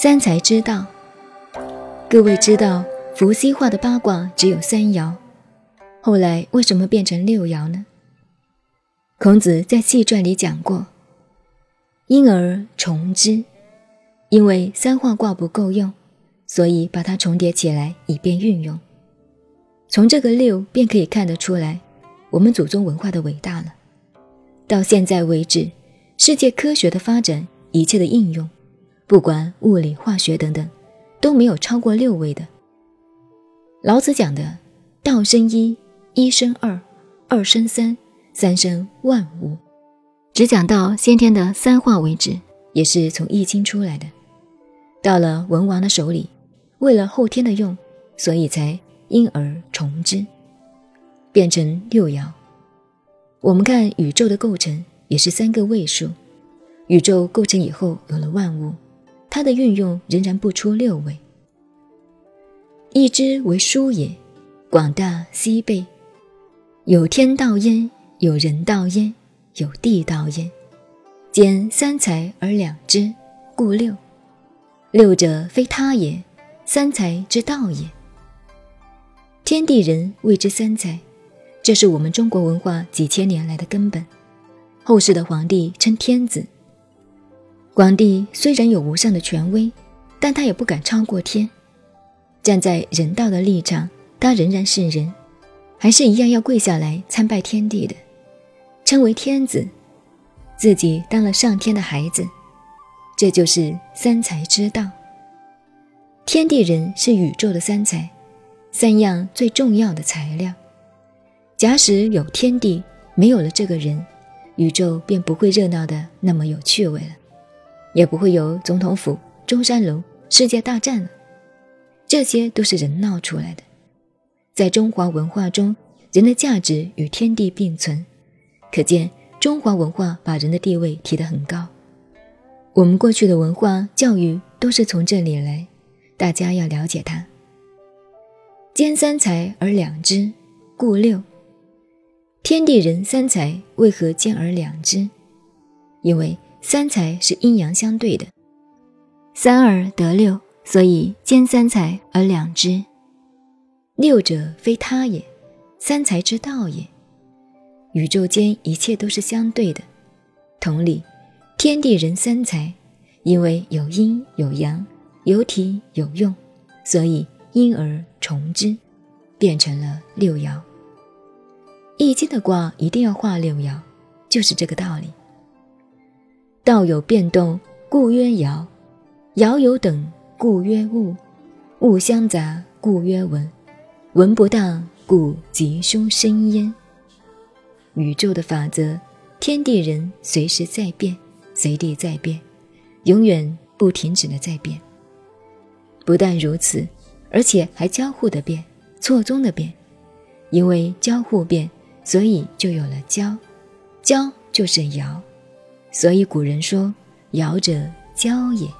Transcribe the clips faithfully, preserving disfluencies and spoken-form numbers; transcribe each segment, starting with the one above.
三才之道。各位知道伏羲画的八卦只有三爻，后来为什么变成六爻呢？孔子在系传里讲过，因而重之，因为三画卦不够用，所以把它重叠起来以便运用。从这个六便可以看得出来我们祖宗文化的伟大了。到现在为止，世界科学的发展，一切的应用，不管物理化学等等，都没有超过六位的。老子讲的道生一，一生二，二生三，三生万物，只讲到先天的三化为止，也是从易经出来的。到了文王的手里，为了后天的用，所以才因而重之，变成六爻。我们看宇宙的构成也是三个位数，宇宙构成以后有了万物，它的运用仍然不出六位。一之为书也，广大西备，有天道焉，有人道焉，有地道焉，兼三才而两之，故六。六者非他也，三才之道也。天地人谓之三才，这是我们中国文化几千年来的根本。后世的皇帝称天子，广帝虽然有无上的权威，但他也不敢超过天。站在人道的立场，他仍然是人，还是一样要跪下来参拜天地的，称为天子，自己当了上天的孩子。这就是三才之道。天地人是宇宙的三才，三样最重要的材料。假使有天地，没有了这个人，宇宙便不会热闹的那么有趣味了，也不会有总统府、中山楼、世界大战了。这些都是人闹出来的。在中华文化中，人的价值与天地并存，可见中华文化把人的地位提得很高。我们过去的文化教育都是从这里来，大家要了解它。兼三才而两之，故六。天地人三才为何兼而两之？因为三才是阴阳相对的，三二得六，所以兼三才而两之。六者非他也，三才之道也。宇宙间一切都是相对的，同理，天地人三才，因为有阴有阳，有体有用，所以因而重之，变成了六爻。易经的卦一定要画六爻，就是这个道理。道有变动，故曰爻；爻有等，故曰物；物相杂，故曰文；文不当，故吉凶生焉。宇宙的法则，天地人随时在变，随地在变，永远不停止的在变。不但如此，而且还交互的变，错综的变。因为交互变，所以就有了交，交就是爻，所以古人说爻者交也。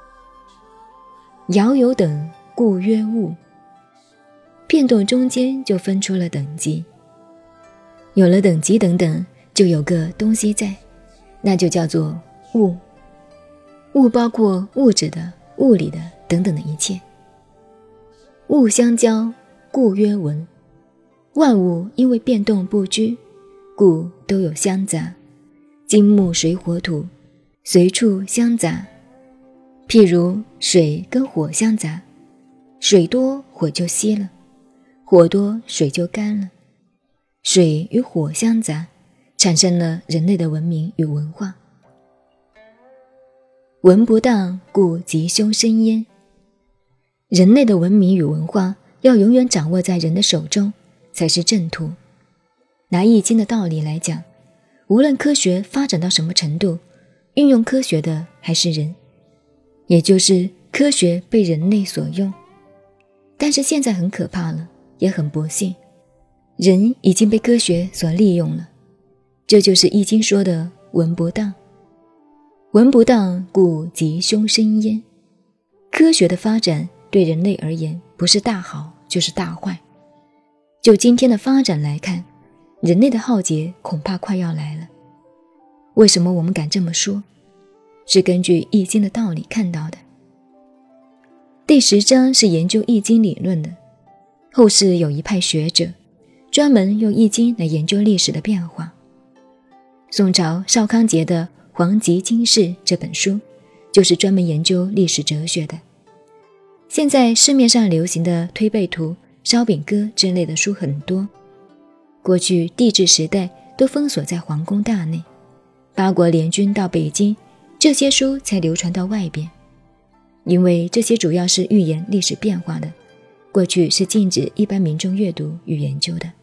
爻有等，故曰物。变动中间就分出了等级，有了等级等等，就有个东西在，那就叫做物。物包括物质的、物理的等等的一切。物相交，故曰文。万物因为变动不居，故都有相杂，金木水火土随处相杂。譬如水跟火相杂，水多火就熄了，火多水就干了。水与火相杂，产生了人类的文明与文化。文不当，故吉凶生焉。人类的文明与文化要永远掌握在人的手中，才是正途。拿易经的道理来讲，无论科学发展到什么程度，运用科学的还是人，也就是科学被人类所用。但是现在很可怕了，也很不幸，人已经被科学所利用了。这就是易经说的文不当。文不当，故吉凶生焉。科学的发展对人类而言，不是大好就是大坏。就今天的发展来看，人类的浩劫恐怕快要来了。为什么我们敢这么说？是根据易经的道理看到的。 第十章是研究易经理论的。后世有一派学者专门用易经来研究历史的变化。宋朝邵康节的《黄极经世》这本书就是专门研究历史哲学的。现在市面上流行的推背图、烧饼歌之类的书很多，过去帝制时代都封锁在皇宫大内，八国联军到北京，这些书才流传到外边。因为这些主要是预言历史变化的，过去是禁止一般民众阅读与研究的。